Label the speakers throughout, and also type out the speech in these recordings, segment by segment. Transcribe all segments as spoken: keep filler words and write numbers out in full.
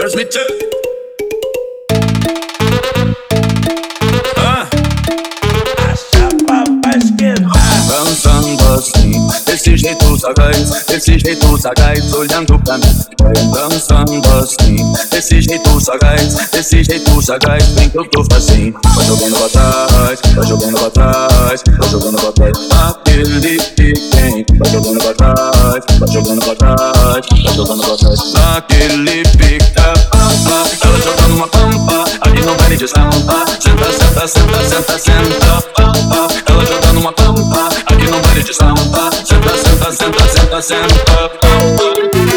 Speaker 1: Transmite. Ah. A chapa vai esquentar. Dançando assim, desse jeito sagaz, desse jeito sagaz, olhando pra mim. Dançando assim, desse jeito sagaz, desse jeito sagaz, bem que eu tô fazendo. Vai jogando pra trás, vai jogando pra trás, vai jogando pra trás. Aquele que tem, vai jogando pra trás, vai jogando pra trás, vai jogando pra trás. Aquele pica pampa, ela jogando uma pampa, ali no baile de estampa. Senta, senta, senta, senta, senta, pampa, ela jogando uma pampa, aqui no baile de estampa. Senta, senta, senta, senta, senta, pampa.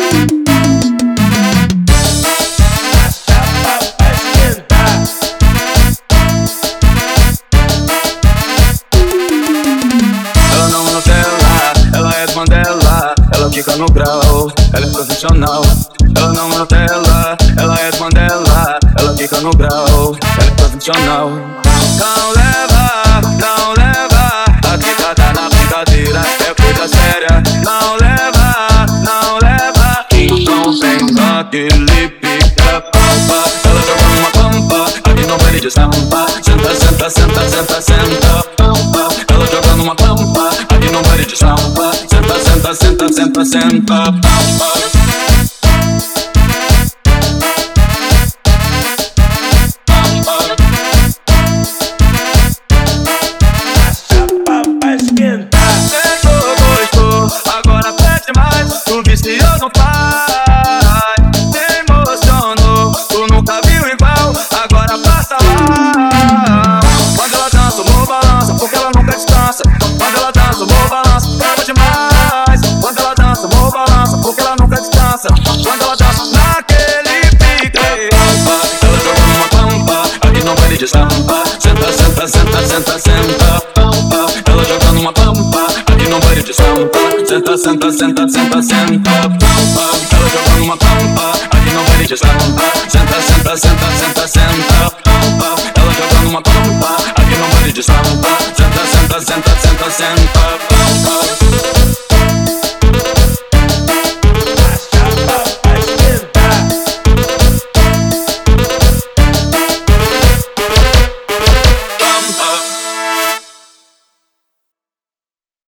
Speaker 1: Ela fica no grau, ela é profissional. Ela não é Nutella, ela é Mandela. Ela fica no grau, ela é profissional. Não leva, não leva, aqui tá na brincadeira, é coisa séria. Não leva, não leva, então vem aquele pica pampa. Ela joga uma pampa, aqui no baile de estampa. Senta, senta, senta, senta, senta, pampa. Ela joga numa pampa, aqui no baile de estampa. Senta, senta, senta, senta, senta, pampa. Não faz, te emocionou, tu nunca viu igual, agora passa lá. Quando ela dança, o morro balança, porque ela nunca descansa. Quando ela dança, o morro balança, trava demais. Quando ela dança, o morro balança, porque ela nunca descansa. Quando ela dança, naquele pique pampa, ela joga numa pampa, aqui no baile de estampa. Senta, senta, senta, senta, senta, pampa. Ela joga numa pampa, aqui no baile de estampa. Senta, senta, senta, senta, senta, pampa. Ela joga numa pampa, aqui no baile de estampa.